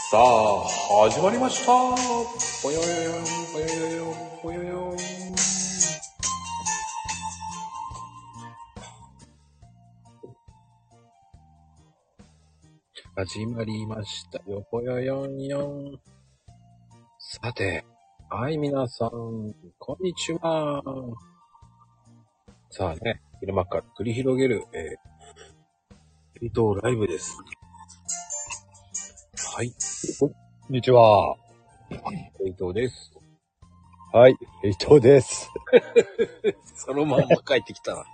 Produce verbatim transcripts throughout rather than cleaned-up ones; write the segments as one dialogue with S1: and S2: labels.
S1: さあ、始まりました。ぽよよよん、ぽよよよん、ぽよよん。始まりましたよ、ぽよよんよん。さて、はい、皆さん、こんにちは。さあね、昼間から繰り広げる、えー、リトーライブです。はい。
S2: こんにちは。
S1: 伊藤です。
S2: はい、伊藤です。
S1: そのまんま帰ってきたな。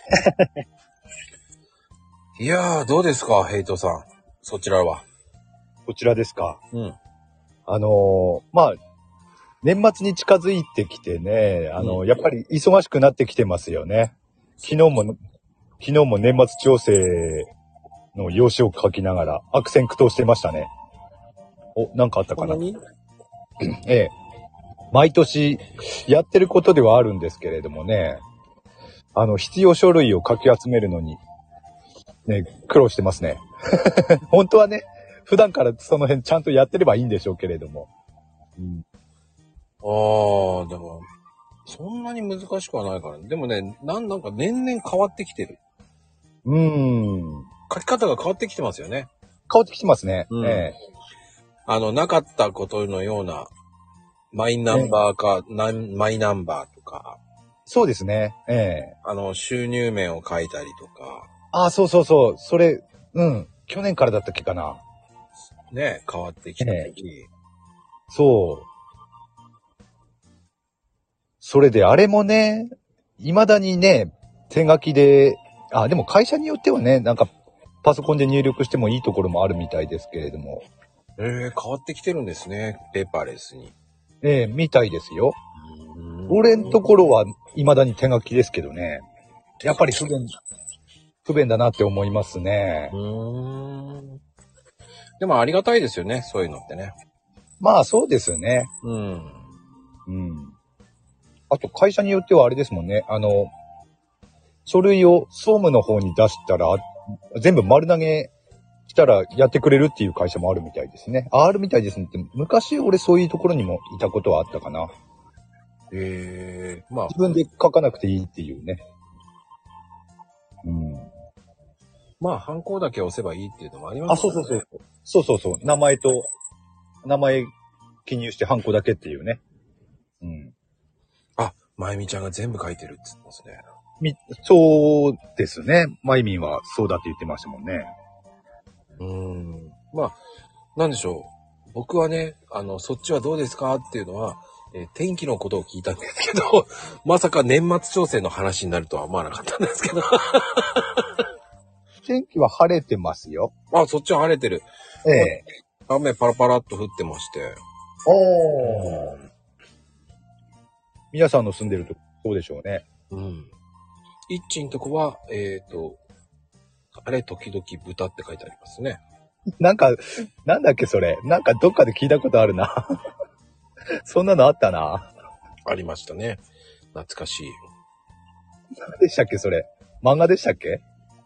S1: いやー、どうですか、ヘイトさん。そちらは。
S2: こちらですか。
S1: うん。
S2: あのー、まあ、年末に近づいてきてね、あのー、
S1: うん、
S2: やっぱり忙しくなってきてますよね。昨日も、昨日も年末調整の用紙を書きながら悪戦苦闘してましたね。お、なんかあったかな。ええ。毎年やってることではあるんですけれどもね、あの、必要書類をかき集めるのに、ね、苦労してますね。本当はね、普段からその辺ちゃんとやってればいいんでしょうけれども。うん、
S1: ああ、でも、そんなに難しくはないから、ね。でもね、なんなんか年々変わってきてる。
S2: うーん。
S1: 書き方が変わってきてますよね。
S2: 変わってきてますね。
S1: うん。
S2: ええ、
S1: あの、なかったことのような、マイナンバーか、なマイナンバーとか、
S2: そうですね。ええ。
S1: あの、収入面を書いたりとか、
S2: ああ、そうそうそう。それ、うん。去年からだったっけかな。
S1: ね、変わってきたり、
S2: そう。それで、あれもね、未だにね、手書きで、あ、でも会社によってはね、なんか、パソコンで入力してもいいところもあるみたいですけれども。
S1: えー、変わってきてるんですね、ペーパーレスに。
S2: ええ、みたいですよ。俺んところは未だに手書きですけどね。やっぱり不便、不便だなって思いますね。
S1: うーん。でもありがたいですよね、そういうのってね。
S2: まあそうですね。
S1: うん。
S2: うん。あと会社によってはあれですもんね。あの、書類を総務の方に出したら、全部丸投げしたらやってくれるっていう会社もあるみたいですね。あ、あるみたいですねって、昔俺そういうところにもいたことはあったかな。
S1: えー、まあ。
S2: 自分で書かなくていいっていうね。うん。
S1: まあ、ハンコだけ押せばいいっていうのもありますからね。
S2: あ、そうそうそう。そうそうそう。名前と、名前記入してハンコだけっていうね。うん。
S1: あ、まゆみちゃんが全部書いてるって言ってますね。
S2: み、そうですね。マイミンはそうだって言ってましたもんね。
S1: うーん。まあ、なんでしょう。僕はね、あの、そっちはどうですかっていうのは、えー天気のことを聞いたんですけど、まさか年末調整の話になるとは思わなかったんですけど。
S2: 天気は晴れてますよ。
S1: あ、そっちは晴れてる。
S2: ええ。
S1: 雨パラパラっと降ってまして。
S2: おー。皆さんの住んでるとこそうでしょうね。
S1: うん。いっちんとこは、えっ、ー、と、あれ、時々豚って書いてありますね。
S2: なんか、なんだっけそれ。なんかどっかで聞いたことあるな。そんなのあったな。
S1: ありましたね。懐かしい。
S2: 何でしたっけそれ。漫画でしたっけ？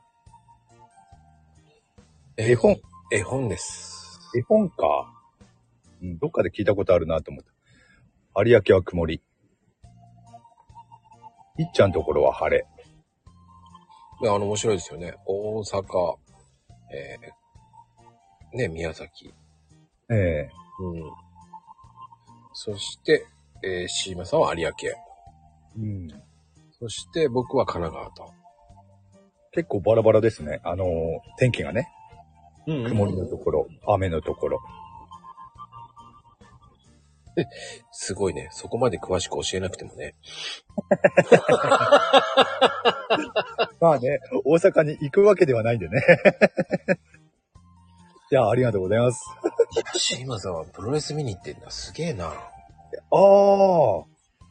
S2: 絵本。
S1: 絵本です。
S2: 絵本か。うん、どっかで聞いたことあるなと思った。有明は曇り。いっちゃんところは晴れ。
S1: あの、面白いですよね。大阪、えー、ね、宮崎。
S2: ええ
S1: うん。そして、えー、シーマさんは有明。
S2: うん。
S1: そして僕は神奈川と。
S2: 結構バラバラですね。あのー、天気がね。
S1: うんうん、
S2: 曇りのところ、雨のところ。
S1: すごいね。そこまで詳しく教えなくてもね。
S2: まあね、大阪に行くわけではないんでね。いや、ありがとうございます。
S1: いや、シーマさんはプロレス見に行ってんだ。すげえな。
S2: ああ。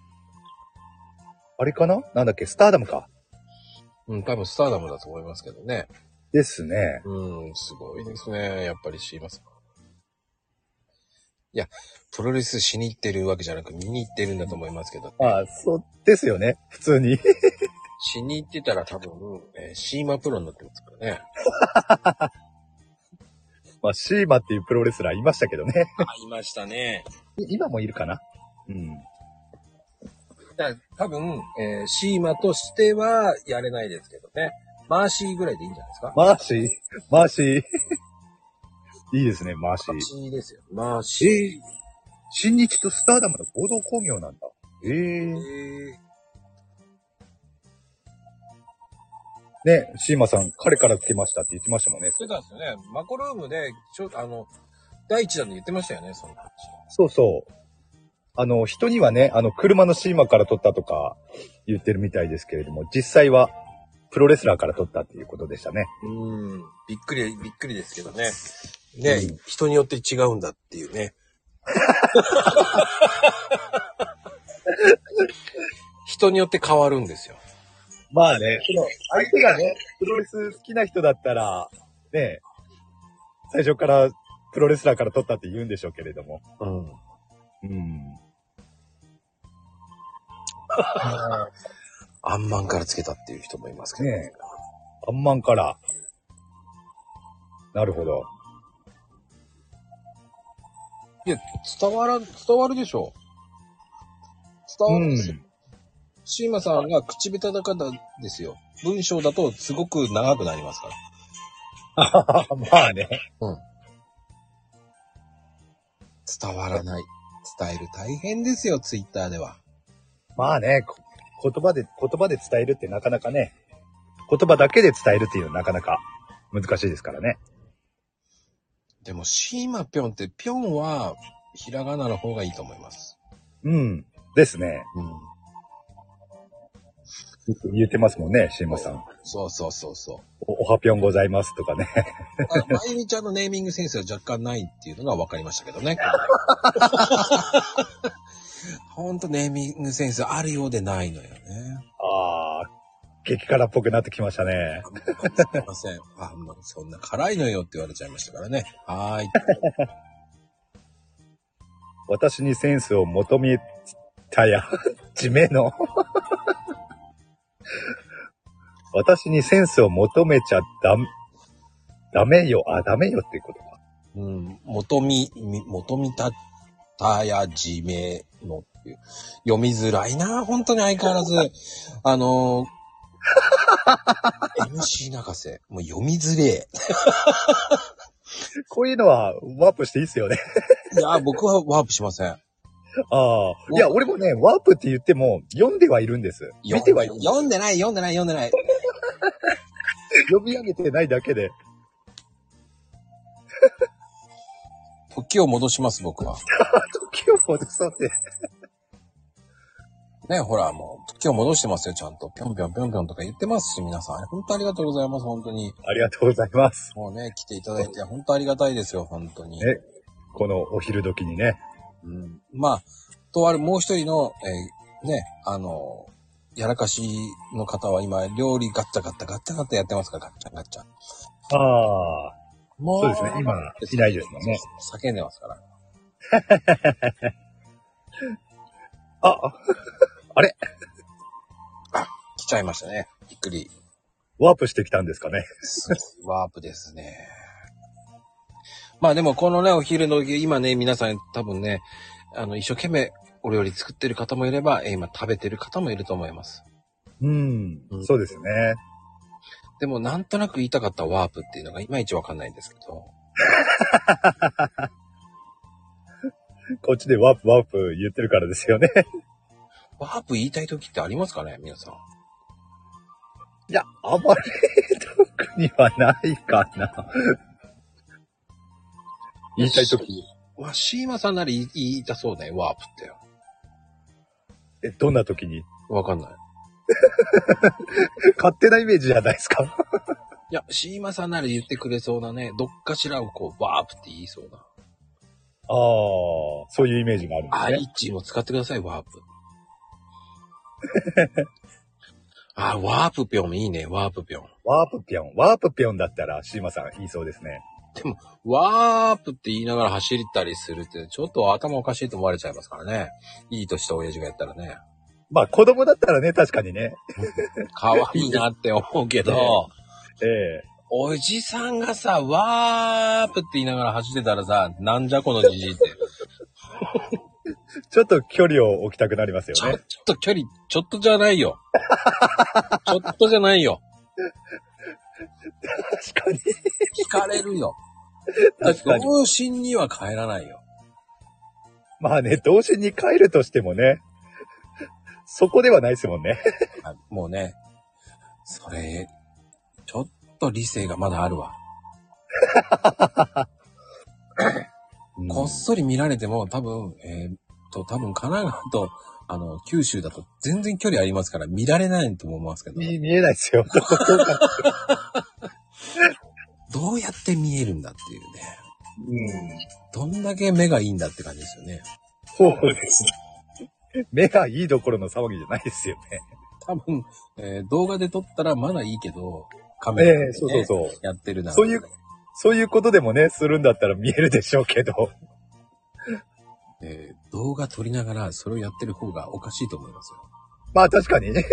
S2: あれかななんだっけスターダムか。
S1: うん、多分スターダムだと思いますけどね。
S2: ですね。
S1: うん、すごいですね。やっぱりシーマさん。いや、プロレスしに行ってるわけじゃなく見に行ってるんだと思いますけど、ね。
S2: ああ、そうですよね。普通に。
S1: しに行ってたら多分、えー、シーマプロになってますからね。
S2: まあ、シーマっていうプロレスラーいましたけどね。
S1: あ、いましたね。
S2: 今もいるかな。うん。
S1: だ多分、えー、シーマとしてはやれないですけどね。マーシーぐらいでいいんじゃないですか。
S2: マーシーマーシーいいですね、マーシー。
S1: マーシーですよ。マーシー。えー、
S2: 新日とスターダムの合同工業なんだ。ええー。えーね、シーマさん、彼からつけましたって言ってましたもんね。
S1: そうですよね。マコルームで、ちょ、あの、第一弾で言ってましたよね、その話。
S2: そうそう。あの、人にはね、あの、車のシーマから撮ったとか言ってるみたいですけれども、実際はプロレスラーから撮ったっていうことでしたね。
S1: うん。びっくり、びっくりですけどね。ね、うん、人によって違うんだっていうね。人によって変わるんですよ。
S2: まあね、その相手がね、プロレス好きな人だったら、ね、最初からプロレスラーから取ったって言うんでしょうけれども。うん。うん。
S1: アンマンからつけたっていう人もいますけどね。
S2: アンマンから。なるほど。
S1: いや、伝わら、伝わるでしょ。伝わるんですよ。うんシーマさんが口下手だからですよ。文章だとすごく長くなりますか
S2: ら。まあね。うん。
S1: 伝わらない。伝える大変ですよ、ツイッターでは。
S2: まあね、言葉で、言葉で伝えるってなかなかね、言葉だけで伝えるっていうのはなかなか難しいですからね。
S1: でも、シーマぴょんって、ぴょんはひらがなの方がいいと思います。
S2: うん。ですね。うん。言ってますもんね、シーマさん。
S1: そうそうそうそう。
S2: お、おはぴょんございますとかね。
S1: まゆみちゃんのネーミングセンスは若干ないっていうのが分かりましたけどね。ほんとネーミングセンスあるようでないのよね。
S2: ああ、激辛っぽくなってきましたね。
S1: すいません。あ、もうそんな辛いのよって言われちゃいましたからね。はーい。
S2: 私にセンスを求めたや、地名の。私にセンスを求めちゃダメ、ダメよ、あ、ダメよっていうことか。
S1: うん、求み、求みたたやじめのっていう。読みづらいな、本当に相変わらず。あのー、エムシー 泣かせ。もう読みづれえ。
S2: こういうのはワープしていいっすよね。
S1: いや、僕はワープしません。
S2: ああ。いや、俺もね、ワープって言っても、読んではいるんです。見てはいる。
S1: 読んでない、読んでない、読んでない。
S2: 読み上げてないだけで。
S1: 時を戻します、僕は。
S2: 時を戻そうって。
S1: ね、ほら、もう、時を戻してますよ、ちゃんと。ぴょんぴょんぴょんぴょんとか言ってますし、皆さん。本当ありがとうございます、本当に。
S2: ありがとうございます。
S1: もうね、来ていただいて、本当ありがたいですよ、本当に。
S2: ね、このお昼時にね。
S1: うん。まあ、とあるもう一人の、えー、ね、あの、やらかしの方は今、料理ガッチャガッチャガッチャガッチャやってますから、ガッチャガッチャ。
S2: ああ。もう。そうですね、今、いないですもんね。
S1: 叫んでますから。
S2: あ、あれ
S1: あ、来ちゃいましたね。びっくり。
S2: ワープしてきたんですかね。
S1: ワープですね。まあでもこのね、お昼の、今ね、皆さん多分ね、あの、一生懸命お料理作ってる方もいれば、今食べてる方もいると思います。
S2: うん、うん、そうですね。
S1: でもなんとなく言いたかったワープっていうのがいまいちわかんないんですけど。
S2: こっちでワープワープ言ってるからですよね。
S1: ワープ言いたい時ってありますかね、皆さん。
S2: いや、あまり特にはないかな。言いたい時。
S1: わ、シーマさんなら言い、言いたそうね、ワープってよ。
S2: え、どんな時に？
S1: わかんない。
S2: 勝手なイメージじゃないですか。
S1: いや、シーマさんなら言ってくれそうなね、どっかしらをこう、ワープって言いそうな。あ
S2: あ、そういうイメージがあるんですね。
S1: あ、イッチーも使ってください、ワープ。あ、ワープぴょんいいね、ワープぴょん。
S2: ワープぴょん。ワープぴょんだったら、シーマさん言いそうですね。
S1: でも、ワープって言いながら走ったりするって、ちょっと頭おかしいと思われちゃいますからね。いいとした親父がやったらね。
S2: まあ、子供だったらね、確かにね。
S1: 可愛いなって思うけど。
S2: ええ。
S1: おじさんがさ、ワープって言いながら走ってたらさ、なんじゃこのじじいって。
S2: ちょっと距離を置きたくなりますよ
S1: ちょ、
S2: ね。
S1: ちょっと距離、ちょっとじゃないよ。ちょっとじゃないよ。
S2: 確かに。
S1: 聞かれるよ。
S2: 確かに。
S1: 童心には帰らないよ。
S2: まあね、童心に帰るとしてもね、そこではないですもんね。
S1: もうね、それ、ちょっと理性がまだあるわ。こっそり見られても多分、えー、と、多分神奈川と、あの、九州だと全然距離ありますから見られないと思いますけど。
S2: 見、見えないですよ。
S1: どうやって見えるんだっていうね。
S2: うん。
S1: どんだけ目がいいんだって感じですよね。
S2: そうですね。目がいいどころの騒ぎじゃないですよね。
S1: 多分、えー、動画で撮ったらまだいいけど、カメラで、ね、
S2: えー、そうそうそう。
S1: やってるな。
S2: そういう、そういうことでもね、するんだったら見えるでしょうけど。
S1: えー、動画撮りながらそれをやってる方がおかしいと思いますよ。
S2: まあ確かにね。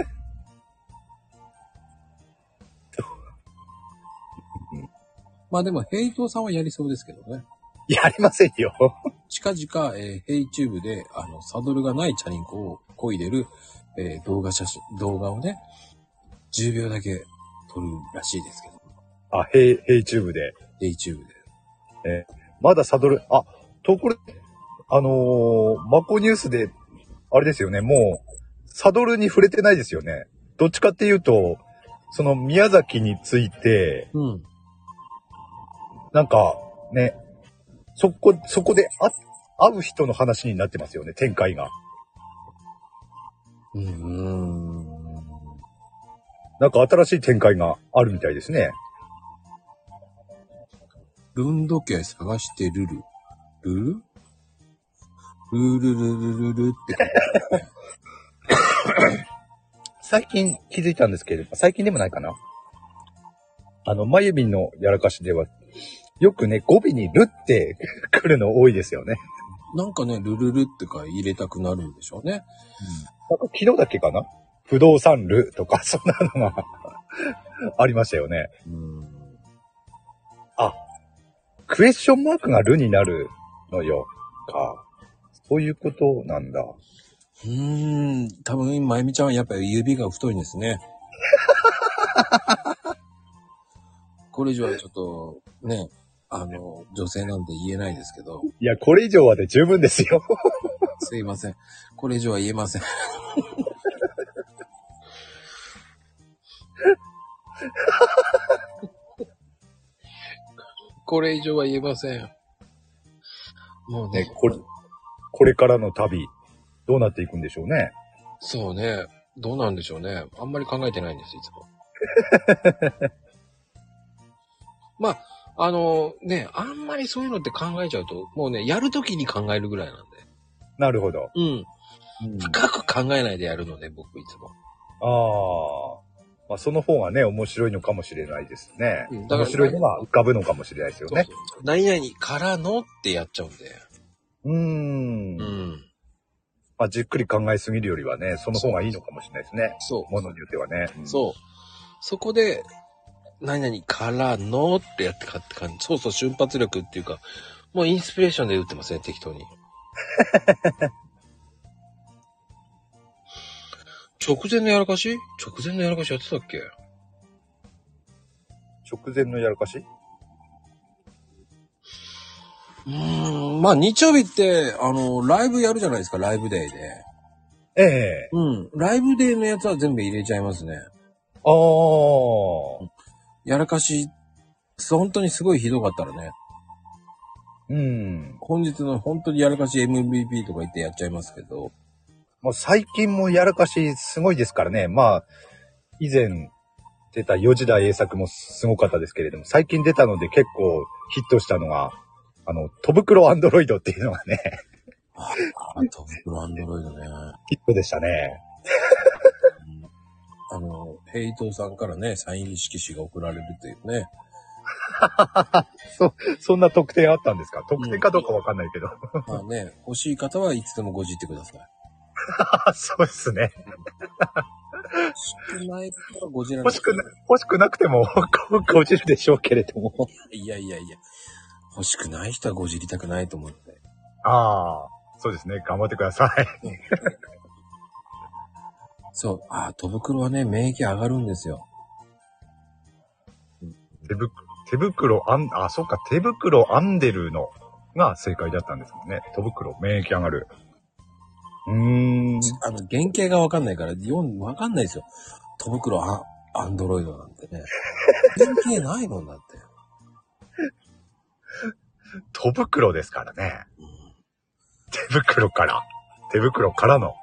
S1: まあでも、ヘイトさんはやりそうですけどね。
S2: やりませんよ。
S1: 近々、えー、ヘイチューブで、あの、サドルがないチャリンコを漕いでる、えー、動画写真、動画をね、じゅうびょうだけ撮るらしいですけど。
S2: あ、ヘイ、ヘイチューブで。
S1: ヘイチューブで。
S2: えー、まだサドル、あ、とこれ、あのー、マコニュースで、あれですよね、もう、サドルに触れてないですよね。どっちかっていうと、その宮崎について、
S1: うん。
S2: なんか、ね、そこ、そこであ、会う人の話になってますよね、展開が。
S1: うーん。
S2: なんか新しい展開があるみたいですね。
S1: 分度器探してルル。ルルルルルルルルって感じ。
S2: 最近気づいたんですけれど、最近でもないかな。あの、まゆみんのやらかしでは、よくね、語尾にルって来るの多いですよね。
S1: なんかね、ルルルってか入れたくなるんでしょうね。
S2: うん、なんか昨日だっけかな、不動産ルとか、そんなのがありましたよね。
S1: うん。
S2: あ、クエスチョンマークがルになるのよ。か。そういうことなんだ。
S1: うーん。多分、まゆみちゃんはやっぱり指が太いんですね。これ以上はちょっと、ね、あの、女性なんで言えないですけど。
S2: いや、これ以上はで十分ですよ。
S1: すいません。これ以上は言えません。これ以上は言えません。もうね、
S2: ね、これ、これからの旅、どうなっていくんでしょうね。
S1: そうね。どうなんでしょうね。あんまり考えてないんです、いつも。まあ、あのね、あんまりそういうのって考えちゃうと、もうね、やるときに考えるぐらいなんで。
S2: なるほど。
S1: うん。
S2: うん、
S1: 深く考えないでやるので、僕いつも。
S2: ああ。まあ、その方がね、面白いのかもしれないですね。うん、だから面白いのが浮かぶのかもしれないですよね。
S1: そうそう、何々からのってやっちゃうんで。
S2: うーん。うん。まあ、じっくり考えすぎるよりはね、その方がいいのかもしれないですね。そう。ものによってはね。
S1: うん、そう。そこで、何々からのってやってかって感じ。そうそう、瞬発力っていうか、もうインスピレーションで打ってますね、適当に。直前のやらかし直前のやらかしやってたっけ？
S2: 直前のやらかし
S1: うーん、まあ日曜日って、あの、ライブやるじゃないですか、ライブデーで。
S2: ええ
S1: うん。ライブデーのやつは全部入れちゃいますね。
S2: ああ。
S1: やらかし、本当にすごいひどかったらね。
S2: うん。
S1: 本日の本当にやらかし エムブイピー とか言ってやっちゃいますけど。
S2: もう最近もやらかしすごいですからね。まあ、以前出たよじだい栄作もすごかったですけれども、最近出たので結構ヒットしたのが、あの、戸袋アンドロイドっていうのがね。
S1: ああ、戸袋アンドロイドね。
S2: ヒットでしたね。
S1: あの、ヘイトーさんからね、サイン色紙が送られるというね。
S2: そ、そんな特典あったんですか？特典かどうかわかんないけど。
S1: まあね、欲しい方はいつでもごじってください。
S2: そうですね。
S1: 欲しくないからゴジラ。
S2: 欲しくな、欲しくなくても、ゴジラでしょうけれども。
S1: いやいやいや。欲しくない人はゴジりたくないと思って。
S2: ああ、そうですね。頑張ってください。
S1: そう。ああ、戸袋はね、免疫上がるんですよ。
S2: 手袋、手袋あん、あ、そっか、手袋編んでるのが正解だったんですもんね。戸袋、免疫上がる。うーん。
S1: あの、原型がわかんないから、読ん、わかんないですよ。戸袋ア、アンドロイドなんてね。原型ないもんだって。
S2: 戸袋ですからね。うん、手袋から。手袋からの。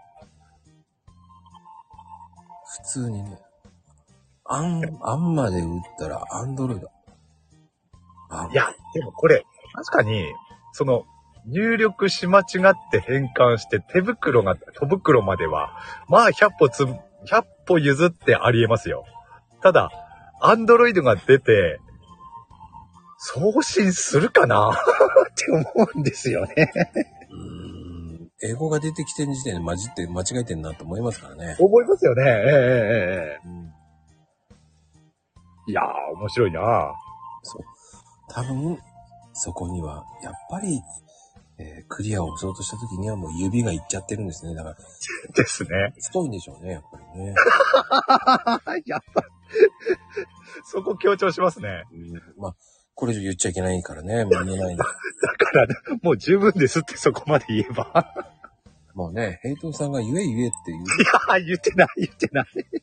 S1: 普通にね。アン、アンまで打ったらアンドロイド。
S2: いや、でもこれ、確かに、その、入力し間違って変換して手袋が、戸袋までは、まあひゃっぽつ、ひゃっぽ譲ってありえますよ。ただ、アンドロイドが出て、送信するかなって思うんですよね。
S1: うーん。英語が出てきてる時点で混じって間違えてんなと思いますからね。
S2: 思いますよね。ええええええ、うん。いやー、面白いな。
S1: そう。多分、そこには、やっぱり、えー、クリアを押そうとした時にはもう指がいっちゃってるんですね。だから。
S2: ですね。
S1: 太いんでしょうね、やっぱりね。
S2: やっぱ、そこ強調しますね。
S1: うん、まあ、これ以上言っちゃいけないからね、もう言えないんだ。
S2: だから、ね、もう十分ですってそこまで言えば。
S1: もうね、ヘイトさんが言え言えって言う。い
S2: や、言ってない、言ってない。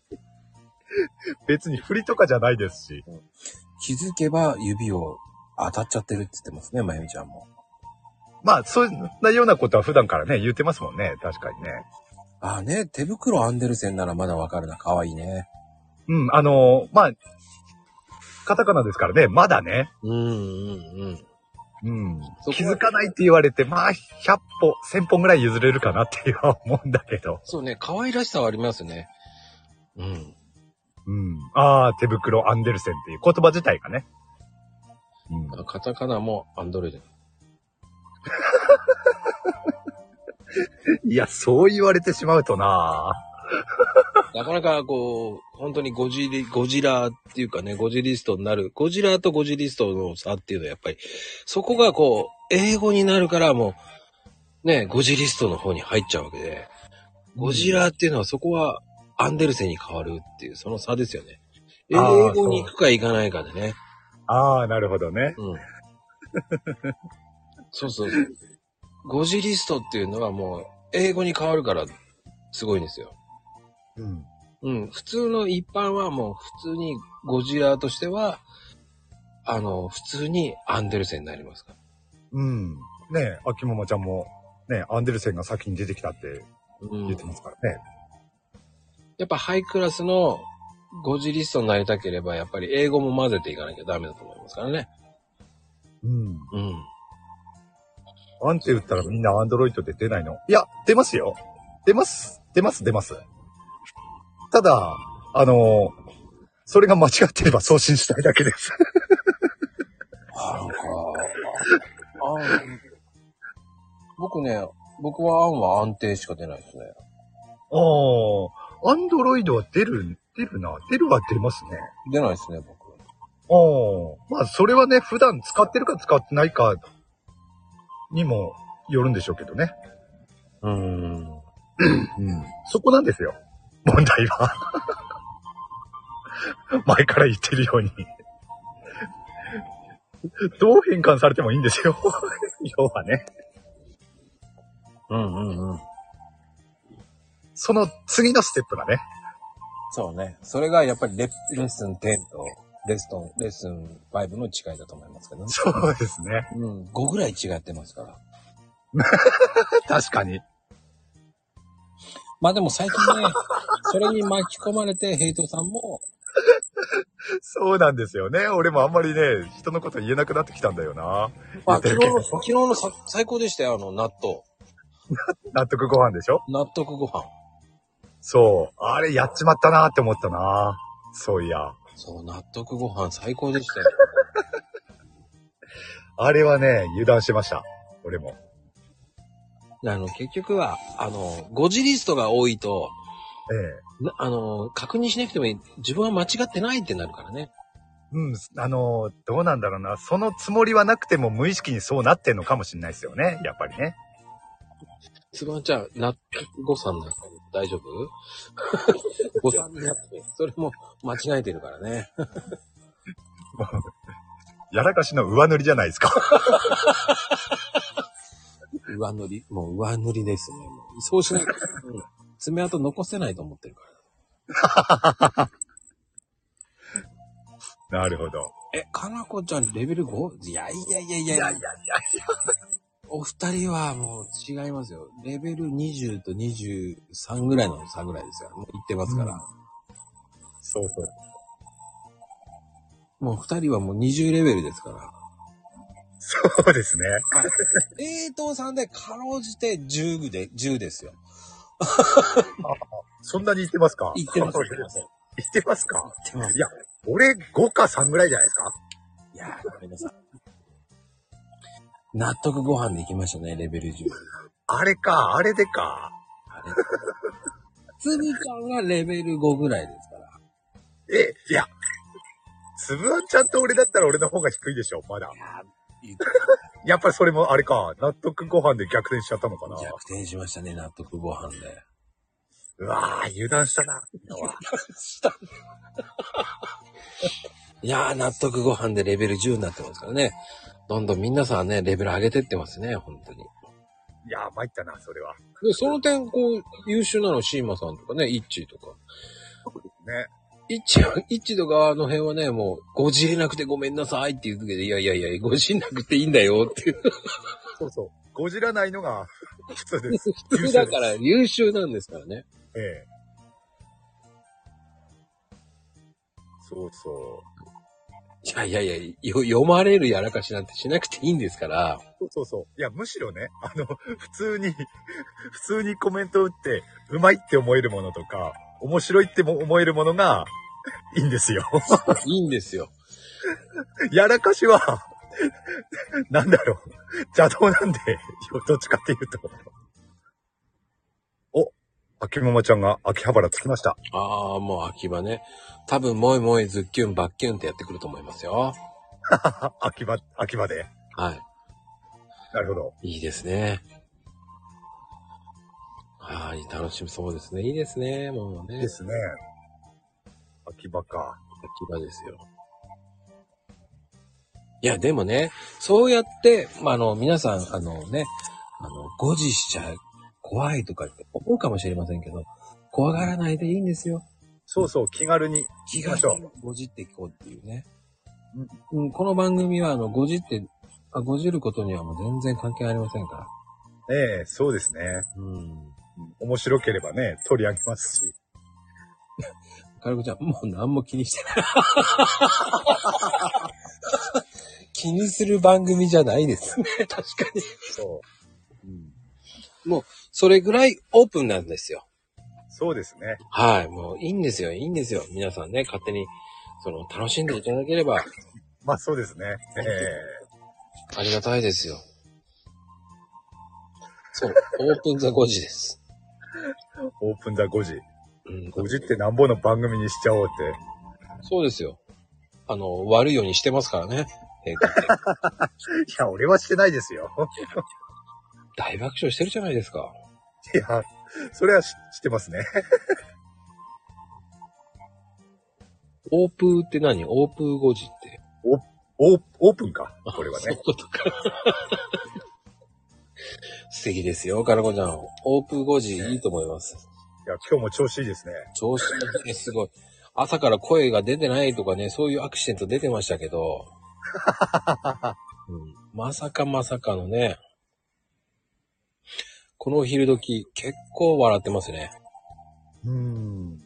S2: 別に振りとかじゃないですし。
S1: うん、気づけば指を当たっちゃってるって言ってますね、まゆみちゃんも。
S2: まあ、そんなようなことは普段からね、言ってますもんね。確かにね。
S1: ああね、手袋アンデルセンならまだわかるな。かわいいね。
S2: うん、あのー、まあ、カタカナですからね、まだね。
S1: うんうんうん。
S2: うん。気づかないって言われて、まあ、ひゃっぽ、せんぽんぐらい譲れるかなっていう思うんだけど。
S1: そうね、可愛らしさはありますね。うん。
S2: うん。ああ、手袋アンデルセンっていう言葉自体がね。
S1: うん。カタカナもアンドロイド。
S2: いや、そう言われてしまうとな
S1: なかなかこう、本当にゴジリ、ゴジラっていうかね、ゴジリストになる、ゴジラとゴジリストの差っていうのはやっぱり、そこがこう、英語になるからもう、ね、ゴジリストの方に入っちゃうわけで、ゴジラっていうのはそこはアンデルセンに変わるっていう、その差ですよね。英語に行くか行かないかでね。
S2: ああ、なるほどね。
S1: うん。そうそうそう。ゴジリストっていうのはもう、英語に変わるから、すごいんですよ。
S2: うん。
S1: うん。普通の一般はもう普通にゴジラとしては、あの、普通にアンデルセンになりますから。
S2: うん。ねえ、秋ママちゃんも、ね、アンデルセンが先に出てきたって言ってますからね。
S1: うん、やっぱハイクラスのゴジリストになりたければ、やっぱり英語も混ぜていかなきゃダメだと思いますからね。
S2: うん。うん。
S1: うん。
S2: アンって言ったらみんなアンドロイドで出ないの？いや、出ますよ。出ます。出ます、出ます。ただ、あの、それが間違ってれば送信したいだけです。
S1: なんか、あ、僕ね、僕は案は安定しか出ないですね。
S2: ああ、アンドロイドは出る、出るな。出るは出ますね。
S1: 出ないですね、僕。
S2: ああ、まあそれはね、普段使ってるか使ってないかにもよるんでしょうけどね。
S1: うーん。
S2: うん。そこなんですよ。問題は。前から言ってるように。どう変換されてもいいんですよ。要はね。
S1: うんうんうん。
S2: その次のステップがね。
S1: そうね。それがやっぱりレレッスンテンとレッスン、レッスンファイブの違いだと思いますけどね。
S2: そうですね。
S1: うん。ごぐらい違ってますから。
S2: 確かに。
S1: まあでも最近ね、それに巻き込まれてヘイトさんも。
S2: そうなんですよね。俺もあんまりね、人のこと言えなくなってきたんだよな。
S1: まあ昨日の、昨日のさ最高でしたよ、あの、納豆。
S2: 納得ご飯でしょ？
S1: 納得ご飯。
S2: そう。あれやっちまったなって思ったな。そういや。
S1: そう、納得ご飯最高でしたよ。
S2: あれはね、油断してました。俺も。
S1: あの、結局は、あの、ゴジリストが多いと、
S2: え。
S1: なあの、確認しなくてもいい。自分は間違ってないってなるからね。
S2: うん、あの、どうなんだろうな。そのつもりはなくても無意識にそうなってんのかもしれないですよね。やっぱりね。
S1: つばんちゃん、納得誤算なんか大丈夫誤算になって、それも間違えてるからね。
S2: やらかしの上塗りじゃないですか。
S1: 上塗り、もう上塗りですね。もうそうしないと、うん、爪痕残せないと思ってるから。
S2: なるほど。
S1: え、かなこちゃんレベル ご？ いやいやいやいやいや。
S2: いやいやいやいや。
S1: お二人はもう違いますよ。レベルにじゅうとにじゅうさんぐらいの差ぐらいですから。もう言ってますから。うん、
S2: そうそう。
S1: もう二人はもうにじゅうレベルですから。
S2: そうですね。
S1: はい。冷凍さんでかろうじてじゅうで、じゅうですよ。
S2: そんなに言ってますか？
S1: 言ってます。言ってます。
S2: 言ってますか？
S1: 言ってます。
S2: いや、俺ごかさんぐらいじゃないですか？
S1: いやー、ごめんなさい。納得ご飯で行きましたね、レベルじゅう。
S2: あれか、あれでか。
S1: あれ。つぶちゃんがレベルごぐらいですから。
S2: え、いや、つぶあんちゃんと俺だったら俺の方が低いでしょ、まだ。いや, やっぱりそれもあれか、納得ご飯で逆転しちゃったのかな。
S1: 逆転しましたね、納得ご飯で。
S2: うわぁ、油断したな。油断した。
S1: いやー、納得ご飯でレベルじゅうになってますからね。どんどん皆さんね、レベル上げてってますね、本当に。
S2: いやー、参ったな、それは。
S1: で、その点、こう、優秀なのシーマさんとかね、イッチーとか。
S2: そうですね。
S1: イッチー、イッチーとかあの辺はね、もう、ごじれなくてごめんなさいって言うけど、いやいやいや、ごじんなくていいんだよっていう。
S2: そうそう。ごじらないのが普通です。
S1: 普通だから優秀なんですからね。
S2: ええ。そうそう。
S1: いやいやいや、よ読まれるやらかしなんてしなくていいんですから。
S2: そうそうそう。いや、むしろね、あの、普通に、普通にコメント打って、うまいって思えるものとか、面白いっても思えるものが、いいんですよ。
S1: いいんですよ。
S2: やらかしは、なんだろう。邪道なんで、どっちかっていうと。お、秋ママちゃんが秋葉原着きました。
S1: ああ、もう秋葉ね。多分、もいもいズッキュンバッキュンってやってくると思いますよ。
S2: 秋葉、秋葉で。
S1: はい。
S2: なるほど。
S1: いいですね。はい、楽しみそうですね。いいですね、もうね。
S2: ですね。秋葉か。
S1: 秋葉ですよ。いや、でもね、そうやって、まあ、あの、皆さん、あのね、あの、誤字しちゃ怖いとかって思うかもしれませんけど、怖がらないでいいんですよ。
S2: そうそう、気軽に。
S1: 気軽に誤字っていこうっていうね。うん、この番組は、あの、誤字って、あ、誤字ることにはもう全然関係ありませんから。
S2: ねえ、そうですね。うん。面白ければね、取り上げますし。
S1: カルコちゃん、もう何も気にしてない。気にする番組じゃないですね。確かに。そう、うん。もう、それぐらいオープンなんですよ。
S2: そうですね。
S1: はい。もういいんですよ。いいんですよ。皆さんね、勝手に、その、楽しんでいただければ。
S2: まあそうですね。え
S1: えー、ありがたいですよ。そう。オープンザごじです。
S2: オープンザごじ。
S1: うん。
S2: ごじってなんぼの番組にしちゃおうって。
S1: そうですよ。あの、悪いようにしてますからね。い
S2: や、俺はしてないですよ。
S1: 大爆笑してるじゃないですか。
S2: いや、それはししてますね。
S1: オープーって何？オープーごじって。
S2: オ、オ、オープンか。これはね。そういうことか。
S1: 素敵ですよ、カラコちゃん。オープーごじいいと思います。
S2: いや、今日も調子いいですね。
S1: 調子いいね、すごい。朝から声が出てないとかね、そういうアクシデント出てましたけど。うん、まさかまさかのね。このお昼時、結構笑ってますね。
S2: うーん。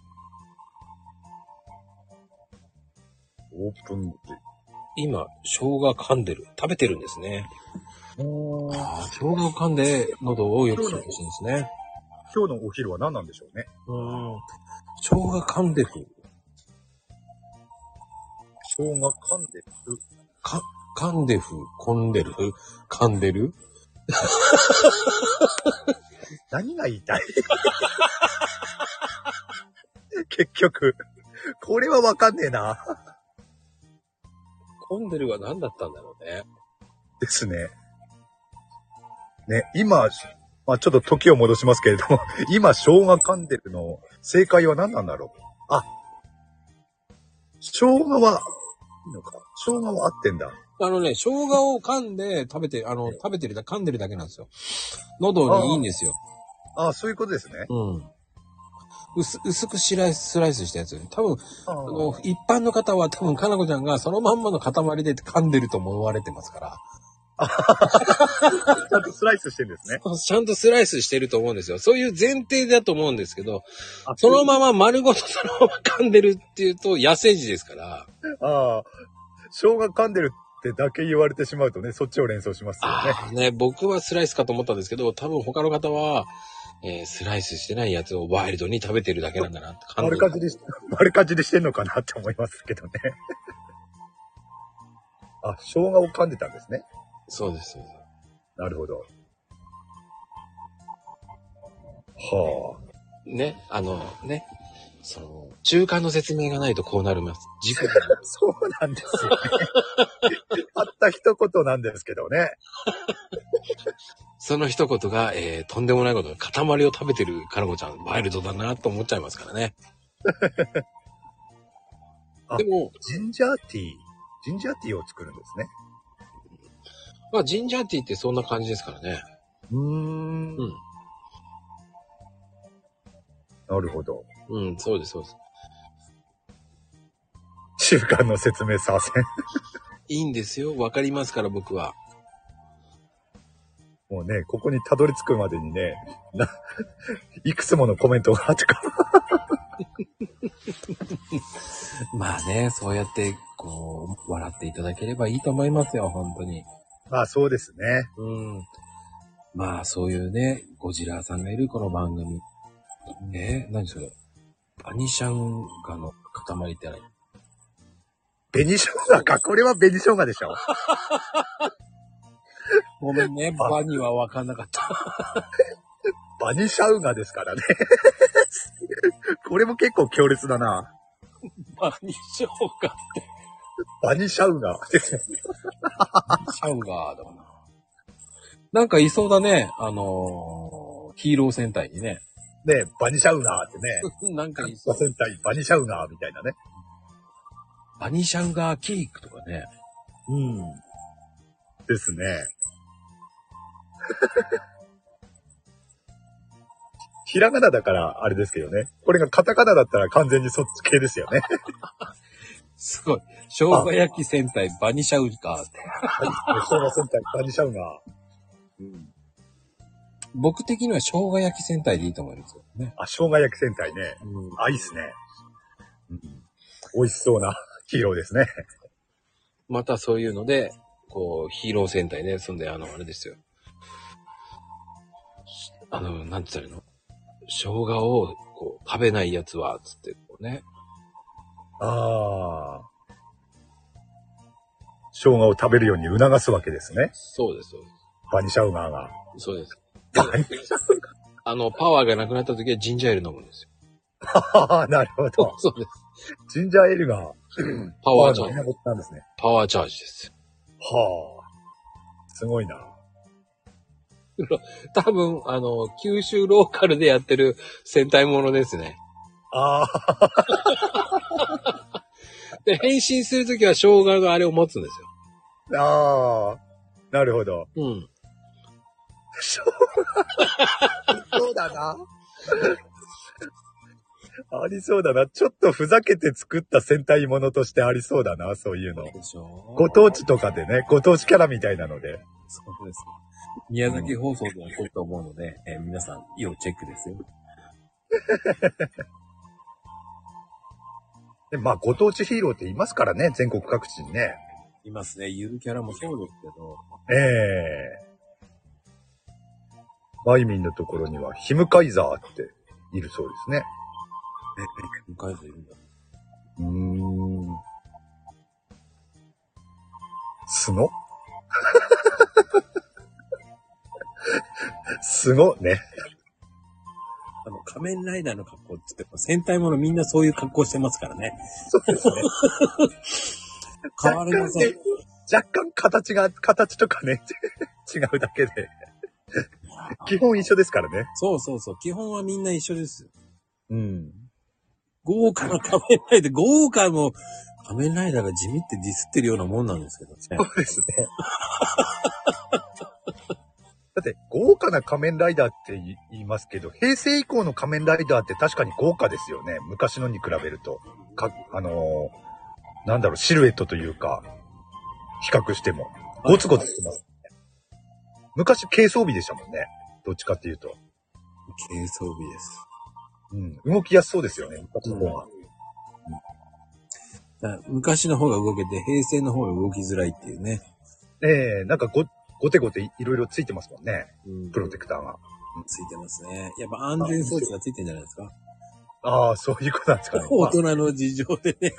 S2: オープンって。
S1: 今、生姜噛んでる。食べてるんですね。ああ、生姜を噛んで喉を良くしようとしてるんですね。
S2: 今日のお昼は何なんでしょうね。
S1: うーん。生姜噛んでる。
S2: 生姜噛んでる。
S1: か、噛んでる。噛んでる。噛んでる。
S2: 何が言いたい結局。これはわかんねえな。
S1: 混んでるは何だったんだろうね。
S2: ですね。ね、今、まあちょっと時を戻しますけれども、今、生姜噛んでるの、正解は何なんだろう。あ、生姜は、いいのか。生姜は合ってんだ。
S1: あのね、生姜を噛んで食べて、あの、食べてるだ、噛んでるだけなんですよ。喉にいいんですよ。
S2: ああ、そういうことですね。
S1: うん。薄、薄くスライス、スライスしたやつ。多分、
S2: あ
S1: あの、一般の方は多分、かなこちゃんがそのまんまの塊で噛んでると思われてますから。
S2: ちゃんとスライスしてるんですね。
S1: ちゃんとスライスしてると思うんですよ。そういう前提だと思うんですけど、そのまま丸ごとそのまま噛んでるっていうと野生児ですから。
S2: ああ、生姜噛んでるってだけ言われてしまうとね、そっちを連想しますよね。
S1: ああね、僕はスライスかと思ったんですけど、多分他の方は、えー、スライスしてないやつをワイルドに食べてるだけなんだなって感じ。
S2: 丸かじりし、丸かじりしてんのかなって思いますけどね。あ、生姜を噛んでたんですね。
S1: そうです、そうです。
S2: なるほど。はあ。
S1: ね、あのね、その、中間の説明がないとこうなります。事故。
S2: そうなんですよね。たった一言なんですけどね。
S1: その一言が、えー、とんでもないこと、塊を食べてるかなこちゃん、ワイルドだなと思っちゃいますからね。でも、
S2: ジンジャーティー、ジンジャーティーを作るんですね。
S1: まあ、ジンジャーティーってそんな感じですからね。
S2: うーん。
S1: うん。
S2: なるほど。
S1: うん、そうです、そうです。
S2: 中間の説明させん。
S1: いいんですよ。わかりますから、僕は。
S2: もうね、ここにたどり着くまでにね、な、いくつものコメントがあってか。
S1: まあね、そうやって、こう、笑っていただければいいと思いますよ、本当に。
S2: まあそうですね。
S1: うん。まあ、そういうね、ゴジラーさんがいるこの番組。ね、何それ。アニシャンガの塊って何？
S2: 紅生姜か。これは紅生姜でしょ。
S1: ごめんね、バニは分かんなかった。
S2: バニシャウガですからね。これも結構強烈だな。
S1: バニシャウガって。
S2: バニシャウガですね。
S1: シャウガーだな。なんかいそうだね、あのー、ヒーロー戦隊にね。
S2: ねバニシャウガーってね。
S1: なんかいそう。
S2: 戦隊バニシャウガーみたいなね。
S1: バニシャウガーケークとかね。
S2: うん。ですね。ひらがなだからあれですけどね。これがカタカナだったら完全にそっち系ですよね。
S1: すごい。生姜焼き戦隊バニシャウガーって。
S2: 生姜戦隊バニシャウガー。うん、
S1: 僕的には生姜焼き戦隊でいいと思いますよね。
S2: あ、生姜焼き戦隊ね。うん、あ、いいっすね。うん、美味しそうなヒーローですね。
S1: またそういうので、こう、ヒーロー戦隊ね。そんで、あの、あれですよ。あの、なんて言ったらいいの？生姜を、こう、食べないやつは、つって、こうね。
S2: ああ。生姜を食べるように促すわけですね。
S1: そうです、そうです。
S2: バニシャウガーが。
S1: そうです。
S2: バニシャウガー
S1: あの、パワーがなくなった時はジンジャーエール飲むんですよ。
S2: ああ、なるほど。
S1: そうです。
S2: ジンジャーエールが、
S1: パワーチャージ。
S2: なんですね。
S1: パワーチャージです。
S2: はあ。すごいな。
S1: 多分、あの、九州ローカルでやってる戦隊ものですね。
S2: ああ。
S1: で、変身するときは生姜のあれを持つんです
S2: よ。ああ。なるほど。
S1: うん。
S2: そうだな。ありそうだな。ちょっとふざけて作った戦隊ものとしてありそうだな、そういうの。
S1: でしょ？
S2: ご当地とかでね、ご当地キャラみたいなので。
S1: そうです。宮崎放送でやってると思うので、うん、えー、皆さん、要チェックですよ。
S2: でまあ、ご当地ヒーローっていますからね、全国各地にね。
S1: いますね。ゆるキャラもそうですけど。
S2: ええー。マイミンのところには、ヒムカイザーっているそうですね。
S1: え、ヒムカイザーいるんだ。
S2: うーん。角すごね。
S1: あの、 仮面ライダーの格好って言っても戦隊ものみんなそういう格好してますからね。
S2: そうですね。
S1: 変わりません。
S2: 若干形が、形とかね、違うだけで。基本一緒ですからね。
S1: そうそうそう。基本はみんな一緒です。
S2: うん。
S1: 豪華な仮面ライダー、豪華も仮面ライダーが地味ってディスってるようなもんなんですけどね。
S2: そうですね。だって、豪華な仮面ライダーって言いますけど、平成以降の仮面ライダーって確かに豪華ですよね。昔のに比べると。か、あのー、なんだろう、シルエットというか、比較しても。ゴツゴツしてます。昔、軽装備でしたもんね。どっちかっていうと。
S1: 軽装備です。
S2: うん。動きやすそうですよね、昔の方が。
S1: うん、昔の方が動けて、平成の方が動きづらいっていうね。
S2: ええー、なんかご、ごてごていろいろついてますもんね。うん、プロテクターが。
S1: ついてますね。やっぱ安全装置がついてるんじゃないですか。
S2: ああ、そういうことなんですかね。
S1: 大人の事情でね。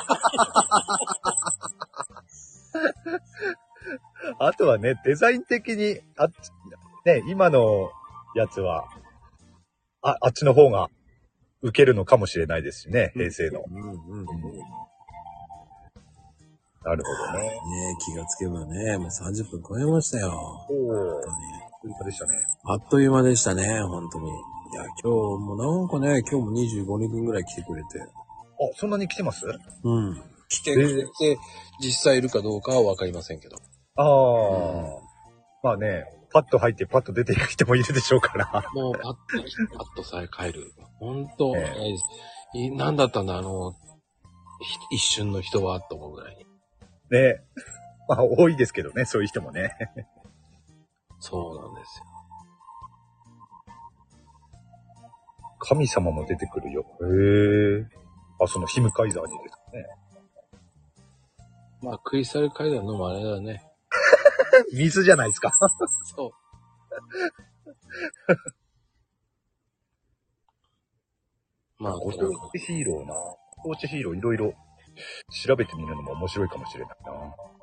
S2: あとはね、デザイン的に、あっち、ね、今のやつは、あ、あっちの方が受けるのかもしれないですしね、平成の。うんうんうん、なるほどね。
S1: ね気がつけばね、もうさんじゅっぷん超えましたよ。
S2: おお。あっという間でしたね。
S1: あっという間でしたね、本当に。いや、今日もなんかね、今日もにじゅうごにんぐらい来てくれて。
S2: あ、そんなに来てます？
S1: うん。来てくれて、実際いるかどうかはわかりませんけど。
S2: ああ、うん。まあね、パッと入ってパッと出ていく人もいるでしょうから。
S1: もうパッと、パッとさえ帰る。本当、えー、何だったんだ、あの、一瞬の人は、と思うぐらいに。
S2: ね。まあ多いですけどね、そういう人もね。
S1: そうなんですよ。
S2: 神様も出てくるよ。へえ。あ、そのヒムカイザーにですかね。
S1: まあ、クリスタル階段のもあれだね。
S2: 水じゃないですか。
S1: そう。
S2: まあ、ご当地ヒーローな。ご当地ヒーローいろいろ調べてみるのも面白いかもしれないな。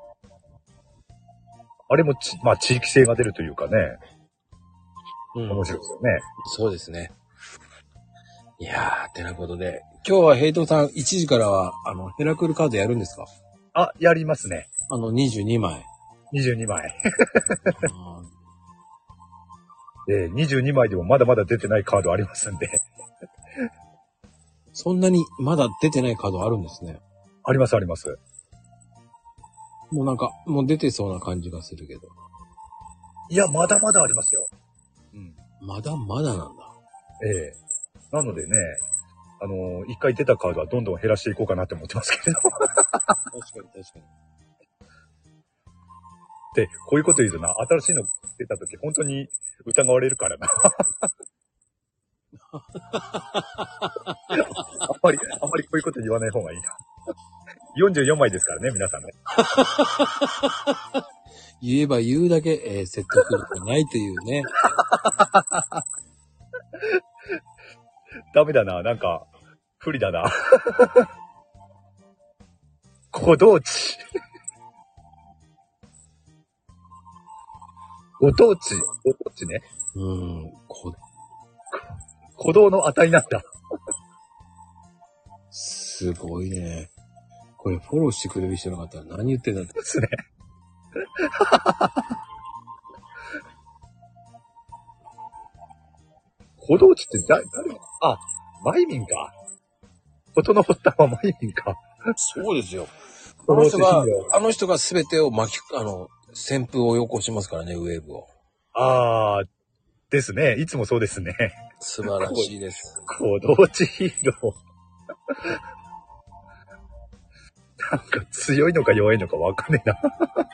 S2: あれもち、まあ地域性が出るというかね。うん。面白いですよね。
S1: そうですね。いやー、てなことで。今日はヘイトさんいちじからは、あの、ヘラクルカードやるんですか？
S2: あ、やりますね。
S1: あの、にじゅうにまい。
S2: にじゅうにまい。えー、にじゅうにまいでもまだまだ出てないカードありますんで。
S1: そんなにまだ出てないカードあるんですね。
S2: ありますあります。
S1: もうなんか、もう出てそうな感じがするけど。
S2: いや、まだまだありますよ。
S1: うん。まだまだなんだ。
S2: ええー。なのでね、あのー、一回出たカードはどんどん減らしていこうかなって思ってますけど。確か
S1: に確かに。
S2: で、こういうこと言うとな、新しいの出た時本当に疑われるからな。あんまり、あんまりこういうこと言わない方がいいな。よんじゅうよんまいですからね、皆さんね。
S1: 言えば言うだけ、えー、説得力がないというね。
S2: ダメだな、なんか、不利だな。小道地。ご当地。ご当地ね。
S1: うーん、こ、
S2: 鼓動の値なんだ。
S1: すごいね。これフォローしてくれる人なかったら何言ってんだって。
S2: ですね。鼓動地って誰、誰あ、マイミンか。ことの発端はマイミンか。
S1: そうですよ。あの人が、あの人が全てを巻き、あの、旋風を横行しますからね、ウェーブを。
S2: あー、ですね。いつもそうですね。
S1: 素晴らしいです。
S2: 鼓動地ヒーロー。なんか強いのか弱いのかわかんねえな。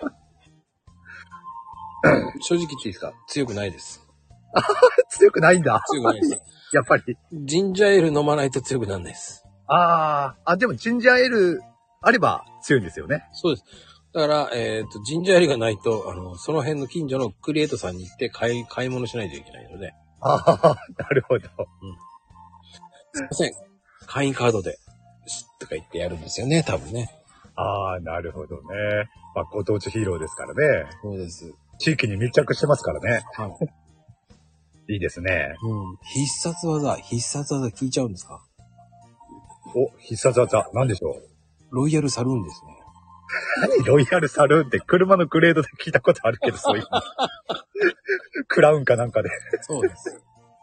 S1: 正直言っていいですか？強くないです。
S2: 強くないんだ。
S1: 強くないです。
S2: やっぱり。
S1: ジンジャーエール飲まないと強くならないです。
S2: あー、あ、でもジンジャーエールあれば強いんですよね。
S1: そうです。だから、えっと、ジンジャーエールがないと、あの、その辺の近所のクリエイトさんに行って買い、買い物しないといけないので。
S2: ああ、なるほど。うん。
S1: すいません。会員カードで、とか言ってやるんですよね、多分ね。
S2: ああ、なるほどね。まあ、ご当地ヒーローですからね。
S1: そうです。
S2: 地域に密着してますからね。はい。 いいですね。
S1: うん。必殺技、必殺技聞いちゃうんですか？
S2: お、必殺技、なんでしょう。
S1: ロイヤルサルーンですね。
S2: 何ロイヤルサルーンって車のグレードで聞いたことあるけど、そういう。クラウンかなんかで。
S1: そうです。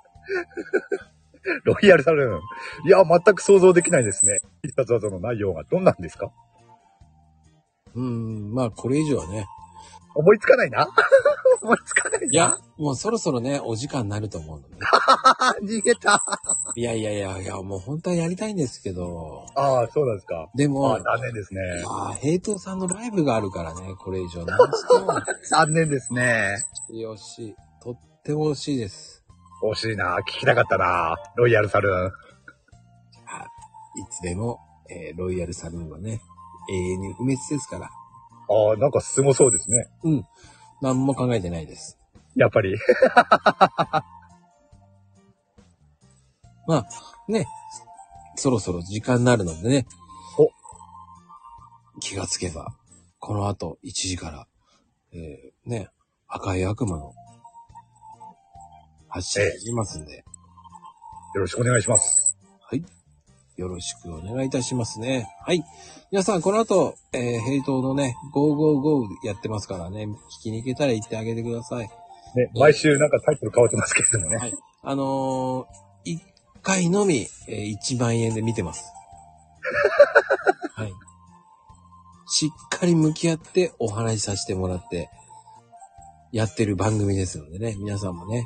S2: ロイヤルサルーン。いや、全く想像できないですね。必殺技の内容がどんなんですか？
S1: うーん、まあこれ以上はね。
S2: 思いつかないな。思いつかないな。
S1: いや、もうそろそろね、お時間になると思うので。
S2: 逃げた。
S1: いやいやいやいや、もう本当はやりたいんですけど。
S2: ああ、そうなんですか。
S1: でも、
S2: ああ、残念ですね。
S1: ああ、平等さんのライブがあるからね、これ以上ね。
S2: 残念ですね。
S1: 惜しい。とっても惜しいです。
S2: 惜しいな。聞きたかったな。ロイヤルサルーン。
S1: あ、いつでも、えー、ロイヤルサルーンはね、永遠に不滅ですから。
S2: ああ、なんかすごそうですね。
S1: うん。何も考えてないです。
S2: やっぱり。
S1: まあ、ね、そろそろ時間になるのでね。
S2: お、
S1: 気がつけば、この後いちじから、えー、ね、赤い悪魔の発信しますんで、
S2: よろしくお願いします。
S1: はい。よろしくお願いいたしますね。はい。皆さん、この後、えー、平等のね、ゴーゴーゴーやってますからね、聞きに行けたら行ってあげてください。
S2: ね、毎週なんかタイトル変わってますけれどもね。
S1: はい。あのー、いっかいのみ、えー、いちまんえんで見てます。はい。しっかり向き合ってお話しさせてもらって、やってる番組ですのでね、皆さんもね。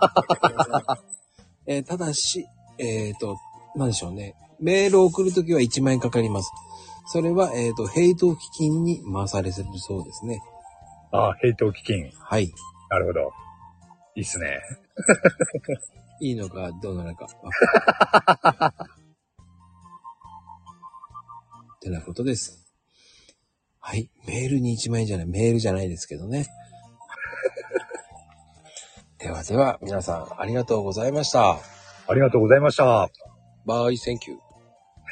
S1: えー、ただし、えっと、なんでしょうね。メールを送るときはいちまんえんかかります。それは、えっと、ヘイト基金に回されてるそうですね。
S2: ああ、ヘイト基金。
S1: はい。
S2: なるほど。いいっすね。
S1: いいのか、どうなのか。ってなことです。はい。メールにいちまんえんじゃない、メールじゃないですけどね。ではでは、皆さんありがとうございました。
S2: ありがとうございました。
S1: バイ、センキュー。